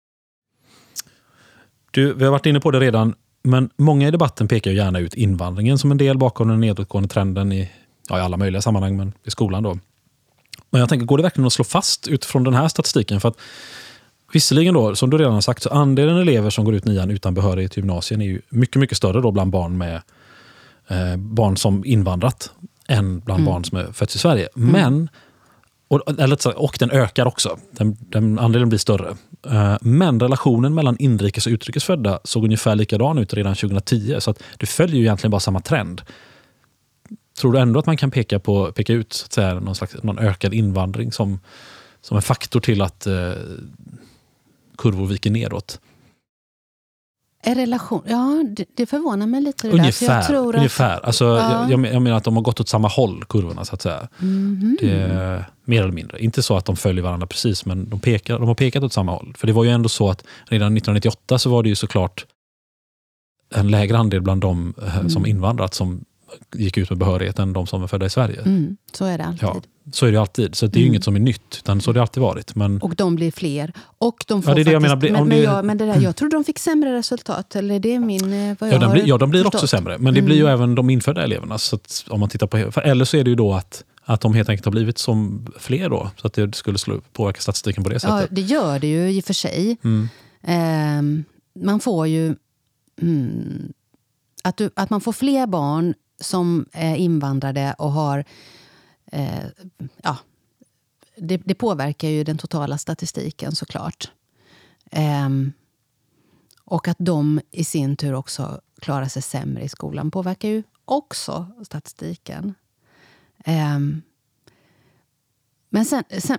Du, vi har varit inne på det redan, men många i debatten pekar ju gärna ut invandringen som en del bakom den nedåtgående trenden i, ja, i alla möjliga sammanhang, men i skolan då. Men jag tänker, går det verkligen att slå fast utifrån den här statistiken? För att visserligen då, som du redan har sagt, så andelen elever som går ut nian utan behörighet till gymnasien är ju mycket, mycket större då bland barn med eh, barn som invandrat än bland mm. barn som är fötts i Sverige. Mm. Men Och, eller, och den ökar också. Den, den andelen blir större. Uh, men relationen mellan inrikes och utrikesfödda såg ungefär likadan ut redan tjugohundratio. Så att det följer ju egentligen bara samma trend. Tror du ändå att man kan peka, på, peka ut så att säga, någon, slags, någon ökad invandring som, som en faktor till att uh, kurvor viker nedåt? En relation, ja, det, det förvånar mig lite. Det ungefär, där. Jag tror att, ungefär. Alltså, ja. jag, jag menar att de har gått åt samma håll, kurvorna så att säga. Mm-hmm. Det är, mer eller mindre. Inte så att de följer varandra precis, men de, pekar, de har pekat åt samma håll. För det var ju ändå så att redan nittonhundranittioåtta så var det ju såklart en lägre andel bland de mm. som invandrat som gick ut med behörighet än de som var födda i Sverige. Mm, så är det alltid. Ja, så är det alltid. Så det är ju mm. inget som är nytt, utan så har det alltid varit. Men... Och de blir fler. Och de får ja, det är det jag menar. Men, om men, det... jag, men det där, jag tror de fick sämre resultat. Eller det är min... Vad jag ja, de blir, ja, de blir förstått. också sämre. Men det mm. blir ju även de infödda eleverna. Så att om man tittar på... För eller så är det ju då att, att de helt enkelt har blivit som fler då. Så att det skulle slå, påverka statistiken på det sättet. Ja, det gör det ju i och för sig. Mm. Eh, man får ju... Mm, att, du, att man får fler barn som är invandrade och har... Eh, ja... Det, det påverkar ju den totala statistiken såklart. Um, och att de i sin tur också klarar sig sämre i skolan påverkar ju också statistiken. Um, men sen... sen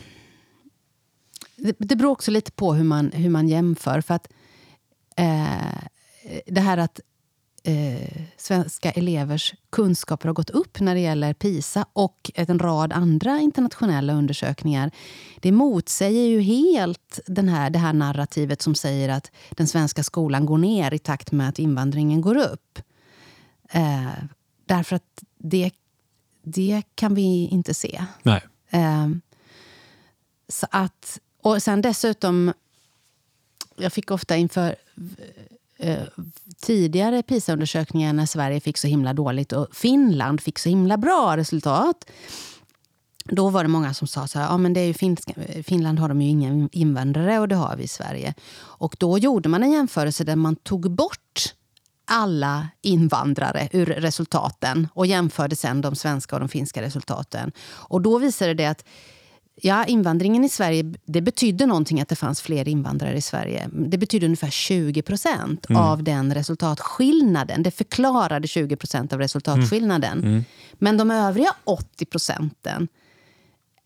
det, det beror också lite på hur man, hur man jämför. För att uh, det här att Eh, svenska elevers kunskaper har gått upp när det gäller PISA och en rad andra internationella undersökningar. Det motsäger ju helt den här, det här narrativet som säger att den svenska skolan går ner i takt med att invandringen går upp. Eh, därför att det, det kan vi inte se. Nej. Eh, så att, och sen dessutom, jag fick ofta inför eh, tidigare PISA-undersökningar när Sverige fick så himla dåligt och Finland fick så himla bra resultat. Då var det många som sa så här, ja men det är ju finska, Finland har de ju inga invandrare och det har vi i Sverige. Och då gjorde man en jämförelse där man tog bort alla invandrare ur resultaten och jämförde sen de svenska och de finska resultaten. Och då visade det att ja, invandringen i Sverige, det betydde någonting att det fanns fler invandrare i Sverige. Det betydde ungefär tjugo procent mm. av den resultatskillnaden. Det förklarade tjugo procent av resultatskillnaden. Mm. Mm. Men de övriga åttio procenten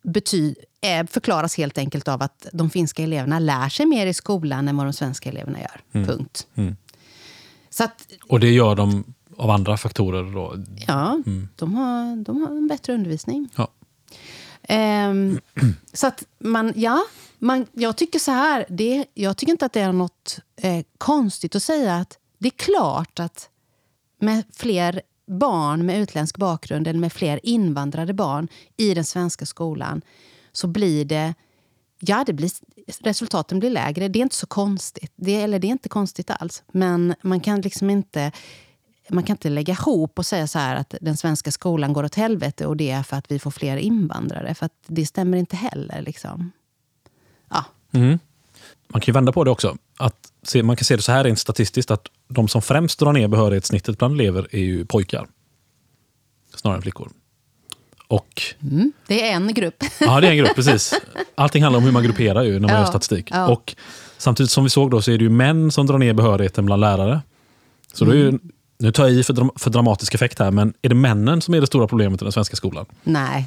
bety- eh, förklaras helt enkelt av att de finska eleverna lär sig mer i skolan än vad de svenska eleverna gör. Mm. Punkt. Mm. Så att, och det gör de av andra faktorer då? Ja, mm. de, har, de har en bättre undervisning. Ja. Um, så att man, ja, man, jag tycker så här, det, jag tycker inte att det är något eh, konstigt att säga att det är klart att med fler barn med utländsk bakgrund eller med fler invandrade barn i den svenska skolan så blir det, ja det blir, resultaten blir lägre. Det är inte så konstigt, det, eller det är inte konstigt alls, men man kan liksom inte man kan inte lägga ihop och säga så här att den svenska skolan går åt helvete och det är för att vi får fler invandrare. För att det stämmer inte heller. Liksom. Ja. Mm. Man kan ju vända på det också. Att se, man kan se det så här rent statistiskt att de som främst drar ner behörighetssnittet bland elever är ju pojkar. Snarare än flickor. Och, mm, det är en grupp. Ja, det är en grupp, precis. Allting handlar om hur man grupperar ju när man ja, gör statistik. Ja. Och samtidigt som vi såg då så är det ju män som drar ner behörigheten bland lärare. Så mm. då är ju Nu tar jag i för, dram- för dramatisk effekt här, men är det männen som är det stora problemet i den svenska skolan? Nej.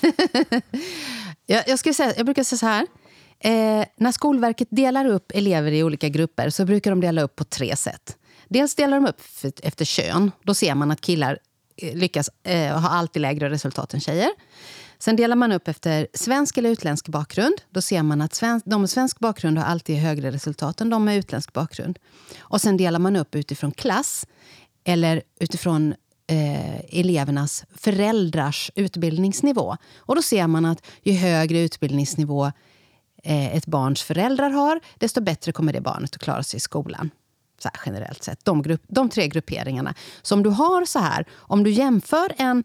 jag, jag, ska säga, jag brukar säga så här. Eh, när Skolverket delar upp elever i olika grupper så brukar de dela upp på tre sätt. Dels delar de upp för, efter kön. Då ser man att killar eh, lyckas eh, ha alltid lägre resultat än tjejer. Sen delar man upp efter svensk eller utländsk bakgrund. Då ser man att sven- de med svensk bakgrund har alltid högre resultat än de med utländsk bakgrund. Och sen delar man upp utifrån klass eller utifrån eh, elevernas föräldrars utbildningsnivå. Och då ser man att ju högre utbildningsnivå eh, ett barns föräldrar har, desto bättre kommer det barnet att klara sig i skolan. Så här, generellt sett. De, grupp, de tre grupperingarna. Så om du har så här, om du jämför en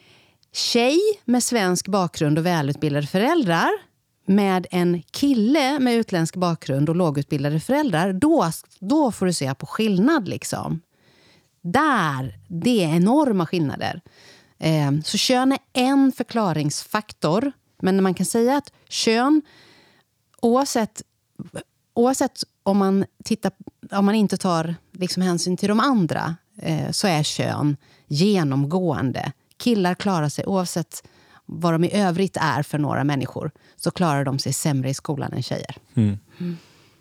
tjej med svensk bakgrund och välutbildade föräldrar med en kille med utländsk bakgrund och lågutbildade föräldrar, då, då får du se på skillnad liksom. Där, det är enorma skillnader. Eh, så kön är en förklaringsfaktor. Men man kan säga att kön, oavsett, oavsett om man tittar, om man inte tar liksom hänsyn till de andra, eh, så är kön genomgående. Killar klarar sig, oavsett vad de i övrigt är för några människor, så klarar de sig sämre i skolan än tjejer. Mm. Mm.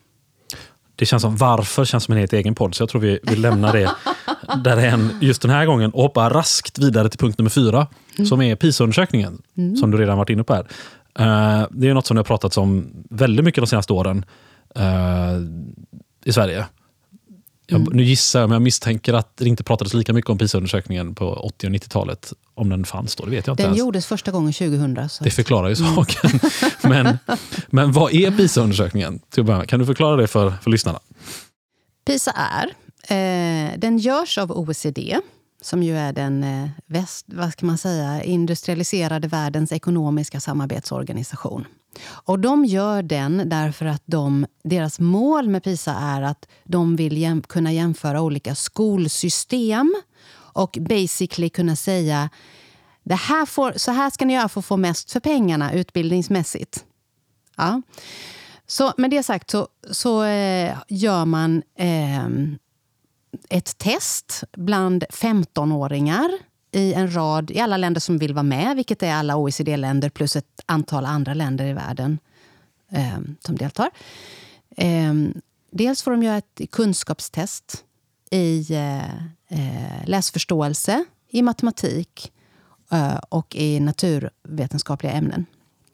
Det känns som, varför känns som en helt egen podd, så jag tror vi, vi lämnar det där en, just den här gången och hoppar raskt vidare till punkt nummer fyra, mm. som är PISA-undersökningen, mm. som du redan varit inne på här. Uh, det är något som det har pratats om väldigt mycket de senaste åren uh, i Sverige. Jag, mm. Nu gissar jag, men jag misstänker att det inte pratades lika mycket om PISA-undersökningen på åttio- och nittiotalet, om den fanns då, det vet jag inte Den ens. gjordes första gången tjugohundra. Så. Det förklarar ju saken. men, men vad är PISA-undersökningen? Kan du förklara det för, för lyssnarna? PISA är, eh, den görs av O E C D, som ju är den eh, väst, vad ska man säga, industrialiserade världens ekonomiska samarbetsorganisation. Och de gör den därför att de, deras mål med PISA är att de vill jäm, kunna jämföra olika skolsystem och basically kunna säga det här får, så här ska ni göra för att få mest för pengarna utbildningsmässigt. Ja. Så med det sagt så, så eh, gör man eh, ett test bland femtonåringar i en rad, i alla länder som vill vara med, vilket är alla O E C D-länder plus ett antal andra länder i världen eh, som deltar. Eh, dels får de göra ett kunskapstest i eh, läsförståelse, i matematik eh, och i naturvetenskapliga ämnen.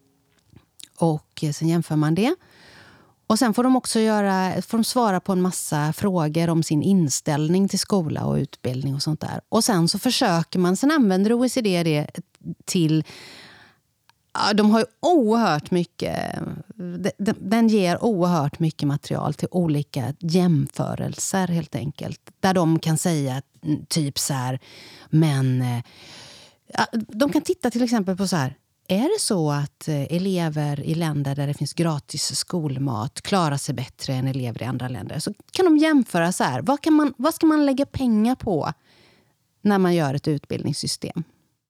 Och sen jämför man det. Och sen får de också göra, får de svara på en massa frågor om sin inställning till skola och utbildning och sånt där. Och sen så försöker man, sen använder O E C D det till, ja, de har ju oerhört mycket, den ger oerhört mycket material till olika jämförelser helt enkelt. Där de kan säga typ så här, men ja, de kan titta till exempel på så här, är det så att elever i länder där det finns gratis skolmat klarar sig bättre än elever i andra länder, så kan de jämföra så här. Vad, kan man, vad ska man lägga pengar på när man gör ett utbildningssystem?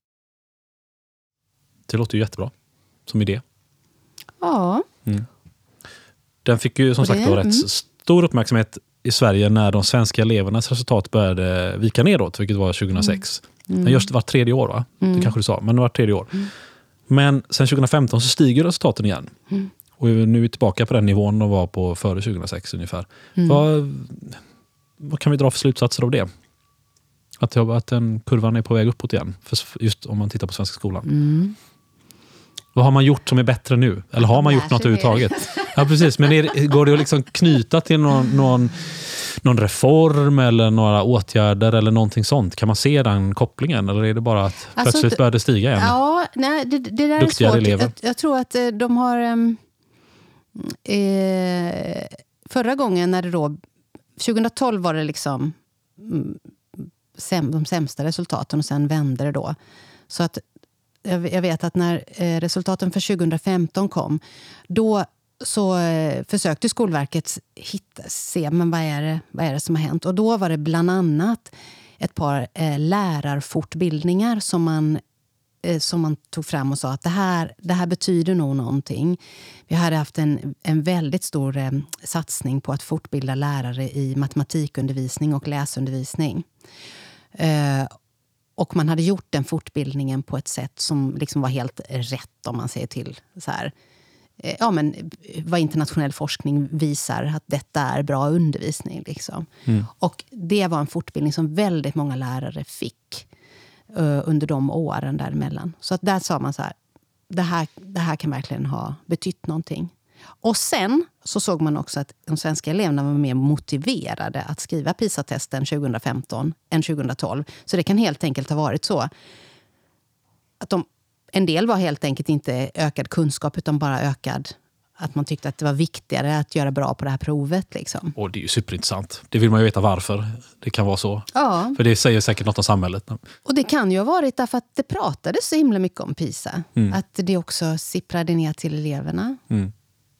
Det låter ju jättebra som idé. Ja. Mm. Den fick ju som Och sagt det, då rätt mm. stor uppmärksamhet i Sverige när de svenska elevernas resultat började vika neråt, vilket var tjugohundrasex. Mm. Den görs var tredje år, va? Mm. Det kanske du sa, men det var tredje år. Mm. Men sen tjugohundrafemton så stiger resultaten igen. Mm. Och nu är vi tillbaka på den nivån de var på före tjugohundrasex ungefär. Mm. Vad, vad kan vi dra för slutsatser av det? Att, att den kurvan är på väg uppåt igen. För just om man tittar på svenska skolan. Mm. Vad har man gjort som är bättre nu? Eller har man gjort något överhuvudtaget? Ja, precis. Men är, går det att liksom knyta till någon, någon, någon reform eller några åtgärder eller någonting sånt? Kan man se den kopplingen? Eller är det bara att alltså, plötsligt börjar det stiga igen? Ja, nej, det, det där Duktigare är svårt. Jag, jag tror att de har... Eh, förra gången när det då... tjugohundratolv var det liksom säm, de sämsta resultaten och sen vände det då. Så att jag vet att när resultaten för tjugohundrafemton kom, då så försökte Skolverket hitta, se men vad är det, vad är det som har hänt. Och då var det bland annat ett par eh, lärarfortbildningar som man, eh, som man tog fram och sa att det här, det här betyder nog någonting. Vi hade haft en, en väldigt stor eh, satsning på att fortbilda lärare i matematikundervisning och läsundervisning. Eh, Och man hade gjort den fortbildningen på ett sätt som liksom var helt rätt om man säger till så här. Ja, men vad internationell forskning visar att detta är bra undervisning. Liksom. Mm. Och det var en fortbildning som väldigt många lärare fick uh, under de åren däremellan. Så att där sa man så här, det här, det här kan verkligen ha betytt någonting. Och sen så såg man också att de svenska eleverna var mer motiverade att skriva PISA-testen tjugohundrafemton än tjugohundratolv. Så det kan helt enkelt ha varit så att de, en del var helt enkelt inte ökad kunskap utan bara ökad, att man tyckte att det var viktigare att göra bra på det här provet. Liksom. Och det är ju superintressant. Det vill man ju veta varför det kan vara så. Ja. För det säger säkert något om samhället. Och det kan ju ha varit därför att det pratades så himla mycket om PISA. Mm. Att det också sipprade ner till eleverna. Mm.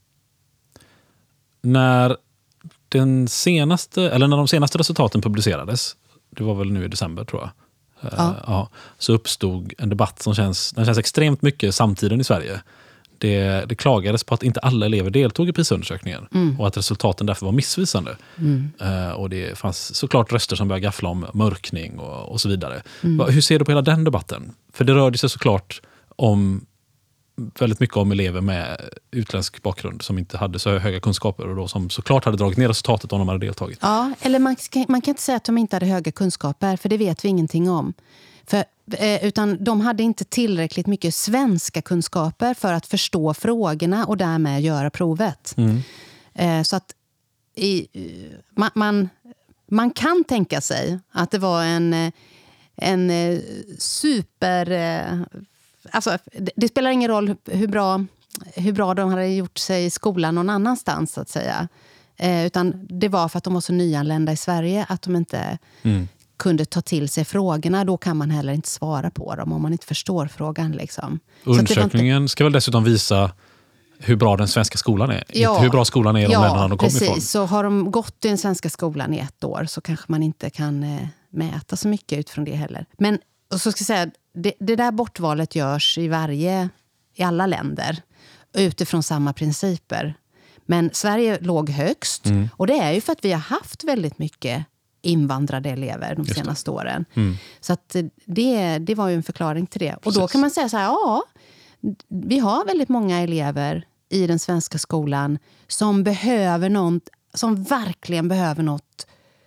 När den senaste, eller när de senaste resultaten publicerades, det var väl nu i december tror jag, ja. Ja, så uppstod en debatt som känns, den känns extremt mycket samtiden i Sverige. Det, det klagades på att inte alla elever deltog i PISA-undersökningen mm. och att resultaten därför var missvisande. Mm. Uh, och det fanns såklart röster som började gaffla om mörkning och, och så vidare. Mm. Hur ser du på hela den debatten? För det rörde sig såklart om väldigt mycket om elever med utländsk bakgrund som inte hade så höga kunskaper och då som såklart hade dragit ner resultatet om de hade deltagit. Ja, eller man, man kan inte säga att de inte hade höga kunskaper, för det vet vi ingenting om. För, eh, utan de hade inte tillräckligt mycket svenska kunskaper för att förstå frågorna och därmed göra provet. Mm. Eh, så att i, man, man, man kan tänka sig att det var en, en super... Eh, Alltså, det, det spelar ingen roll hur bra, hur bra de hade gjort sig i skolan någon annanstans så att säga. Eh, utan det var för att de var så nyanlända i Sverige att de inte mm. kunde ta till sig frågorna. Då kan man heller inte svara på dem om man inte förstår frågan. Liksom. Undersökningen inte... ska väl dessutom visa hur bra den svenska skolan är. Ja, hur bra skolan är i de ja, länderna de kommer precis. ifrån. Så har de gått i den svenska skolan i ett år så kanske man inte kan eh, mäta så mycket utifrån det heller. Men och så ska jag säga, det, det där bortvalet görs i varje, i alla länder utifrån samma principer. Men Sverige låg högst mm. och det är ju för att vi har haft väldigt mycket invandrade elever de senaste åren. Mm. Så att det, det var ju en förklaring till det. Och Precis. Då kan man säga så här, ja, vi har väldigt många elever i den svenska skolan som behöver något, som verkligen behöver något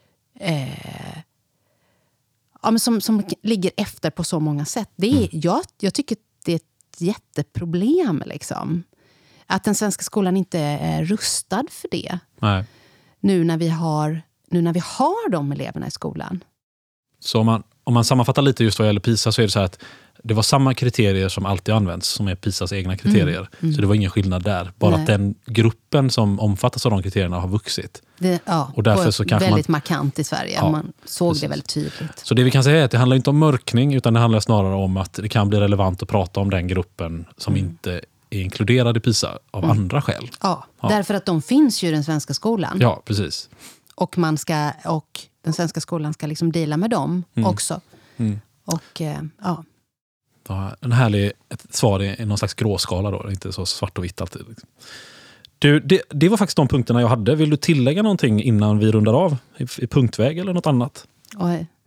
eh, ja, men som, som ligger efter på så många sätt. Det är, mm. jag, jag tycker det är ett jätteproblem. Liksom. Att den svenska skolan inte är rustad för det. Nej. Nu när vi har, nu när vi har de eleverna i skolan. Så om man, om man sammanfattar lite just vad gäller PISA så är det så här att det var samma kriterier som alltid används som är PISAs egna kriterier. Mm. Mm. Så det var ingen skillnad där. Bara Nej. Att den gruppen som omfattas av de kriterierna har vuxit. Det, ja, och därför så kanske väldigt man, markant i Sverige. Ja, man såg precis. Det väldigt tydligt. Så det vi kan säga är att det handlar inte om mörkning utan det handlar snarare om att det kan bli relevant att prata om den gruppen som mm. inte är inkluderad i PISA av mm. andra skäl. Ja, ja, därför att de finns ju i den svenska skolan. Ja, precis. Och, man ska, och den svenska skolan ska liksom dela med dem mm. också. Mm. Och eh, ja... Ja, en härlig ett svar i någon slags gråskala då, inte så svart och vitt alltid. Du, det, det var faktiskt de punkterna jag hade. Vill du tillägga någonting innan vi rundar av? I, i punktväg eller något annat? Oj.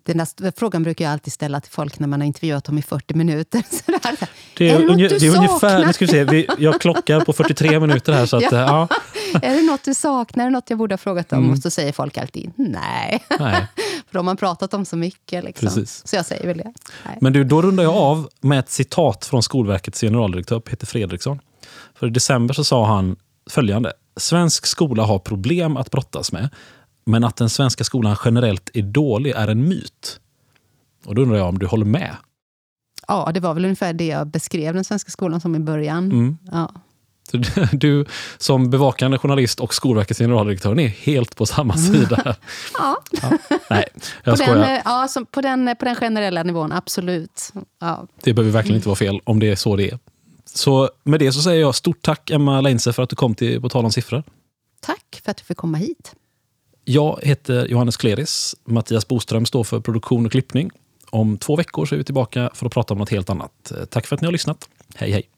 Den där frågan brukar jag alltid ställa till folk när man har intervjuat dem i fyrtio minuter. Så där, så här, det är, är det något unge, du det är saknar? ungefär, nu ska vi se, vi, jag klockar på fyrtiotre minuter här. Så att, ja. Ja. Är det något du saknar? Är det något jag borde ha frågat om? Mm. Och så säger folk alltid nej. Nej. För de har pratat om så mycket. Liksom. Precis. Så jag säger väl det. Nej. Men du, då rundar jag av med ett citat från Skolverkets generaldirektör Peter Fredriksson. För i december så sa han följande: svensk skola har problem att brottas med, men att den svenska skolan generellt är dålig är en myt. Och då undrar jag om du håller med? Ja, det var väl ungefär det jag beskrev den svenska skolan som i början. Mm. Ja. Så du som bevakande journalist och Skolverkets generaldirektör är helt på samma sida. Ja. Ja. Nej, jag på, skojar. den, ja som på, den, på den generella nivån, absolut. Ja. Det behöver verkligen inte vara fel om det är så det är. Så med det så säger jag stort tack Emma Leinse för att du kom till På tal om siffror. Tack för att du fick komma hit. Jag heter Johannes Kleris. Mattias Boström står för produktion och klippning. Om två veckor så är vi tillbaka för att prata om något helt annat. Tack för att ni har lyssnat. Hej hej.